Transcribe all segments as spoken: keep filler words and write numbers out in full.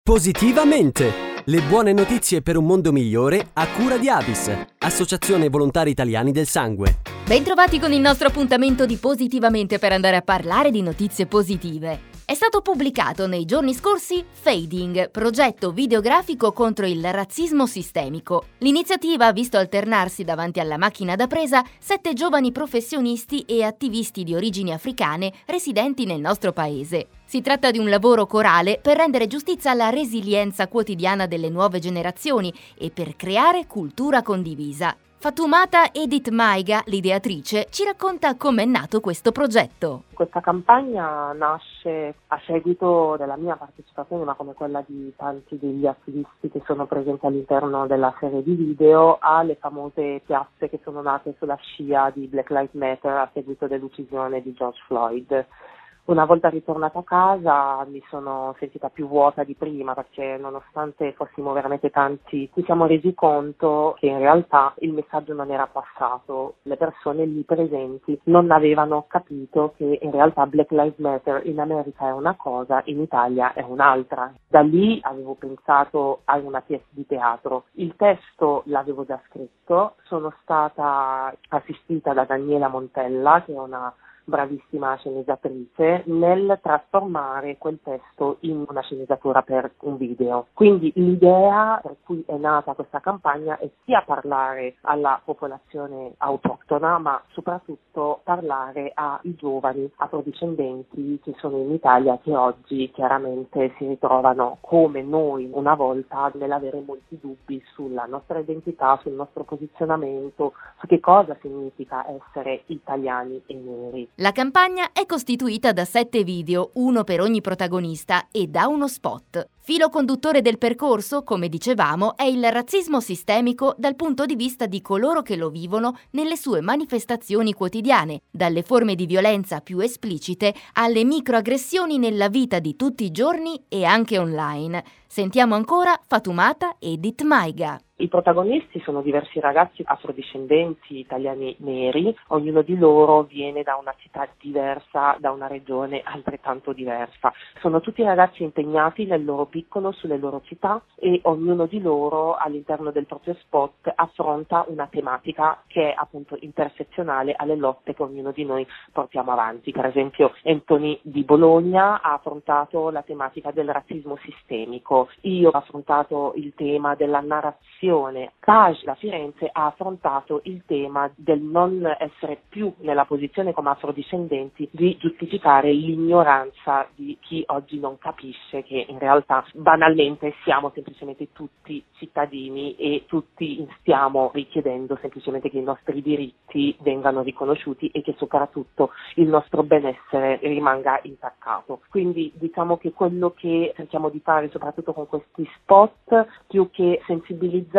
Positivamente! Le buone notizie per un mondo migliore a cura di Avis, Associazione Volontari Italiani del Sangue. Bentrovati con il nostro appuntamento di Positivamente per andare a parlare di notizie positive. È stato pubblicato nei giorni scorsi Fading, progetto videografico contro il razzismo sistemico. L'iniziativa ha visto alternarsi davanti alla macchina da presa sette giovani professionisti e attivisti di origini africane residenti nel nostro paese. Si tratta di un lavoro corale per rendere giustizia alla resilienza quotidiana delle nuove generazioni e per creare cultura condivisa. Fatoumata Edith Maiga, l'ideatrice, ci racconta com'è nato questo progetto. Questa campagna nasce a seguito della mia partecipazione, ma come quella di tanti degli attivisti che sono presenti all'interno della serie di video, alle famose piazze che sono nate sulla scia di Black Lives Matter a seguito dell'uccisione di George Floyd. Una volta ritornata a casa mi sono sentita più vuota di prima, perché nonostante fossimo veramente tanti, ci siamo resi conto che in realtà il messaggio non era passato. Le persone lì presenti non avevano capito che in realtà Black Lives Matter in America è una cosa, in Italia è un'altra. Da lì avevo pensato a una pièce di teatro. Il testo l'avevo già scritto, sono stata assistita da Daniela Montella, che è una bravissima sceneggiatrice, nel trasformare quel testo in una sceneggiatura per un video. Quindi l'idea per cui è nata questa campagna è sia parlare alla popolazione autoctona, ma soprattutto parlare ai giovani afrodiscendenti che sono in Italia, che oggi chiaramente si ritrovano come noi una volta nell'avere molti dubbi sulla nostra identità, sul nostro posizionamento, su che cosa significa essere italiani e neri. La campagna è costituita da sette video, uno per ogni protagonista, e da uno spot. Filo conduttore del percorso, come dicevamo, è il razzismo sistemico dal punto di vista di coloro che lo vivono nelle sue manifestazioni quotidiane, dalle forme di violenza più esplicite alle microaggressioni nella vita di tutti i giorni e anche online. Sentiamo ancora Fatoumata Edith Maiga. I protagonisti sono diversi ragazzi afrodiscendenti, italiani neri, ognuno di loro viene da una città diversa, da una regione altrettanto diversa. Sono tutti ragazzi impegnati nel loro piccolo, sulle loro città, e ognuno di loro all'interno del proprio spot affronta una tematica che è appunto intersezionale alle lotte che ognuno di noi portiamo avanti. Per esempio Anthony di Bologna ha affrontato la tematica del razzismo sistemico, io ho affrontato il tema della narrazione, Taj da Firenze ha affrontato il tema del non essere più nella posizione come afrodiscendenti di giustificare l'ignoranza di chi oggi non capisce che in realtà banalmente siamo semplicemente tutti cittadini e tutti stiamo richiedendo semplicemente che i nostri diritti vengano riconosciuti e che soprattutto il nostro benessere rimanga intaccato. Quindi diciamo che quello che cerchiamo di fare soprattutto con questi spot, più che sensibilizzare,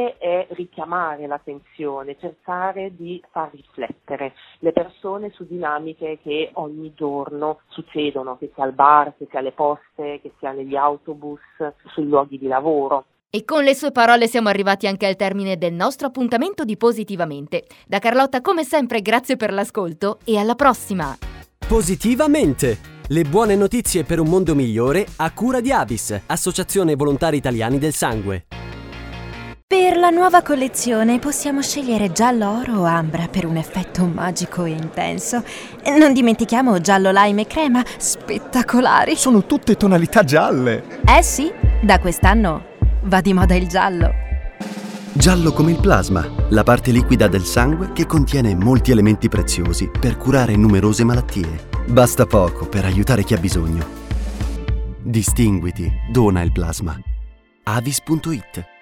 è richiamare l'attenzione, cercare di far riflettere le persone su dinamiche che ogni giorno succedono, che sia al bar, che sia alle poste, che sia negli autobus, sui luoghi di lavoro. E con le sue parole siamo arrivati anche al termine del nostro appuntamento di Positivamente. Da Carlotta, come sempre, grazie per l'ascolto e alla prossima! Positivamente! Le buone notizie per un mondo migliore a cura di Avis, Associazione Volontari Italiani del Sangue. Per la nuova collezione possiamo scegliere giallo oro o ambra per un effetto magico e intenso. Non dimentichiamo giallo lime e crema, spettacolari. Sono tutte tonalità gialle. Eh sì, da quest'anno va di moda il giallo. Giallo come il plasma, la parte liquida del sangue che contiene molti elementi preziosi per curare numerose malattie. Basta poco per aiutare chi ha bisogno. Distinguiti, dona il plasma. Avis punto it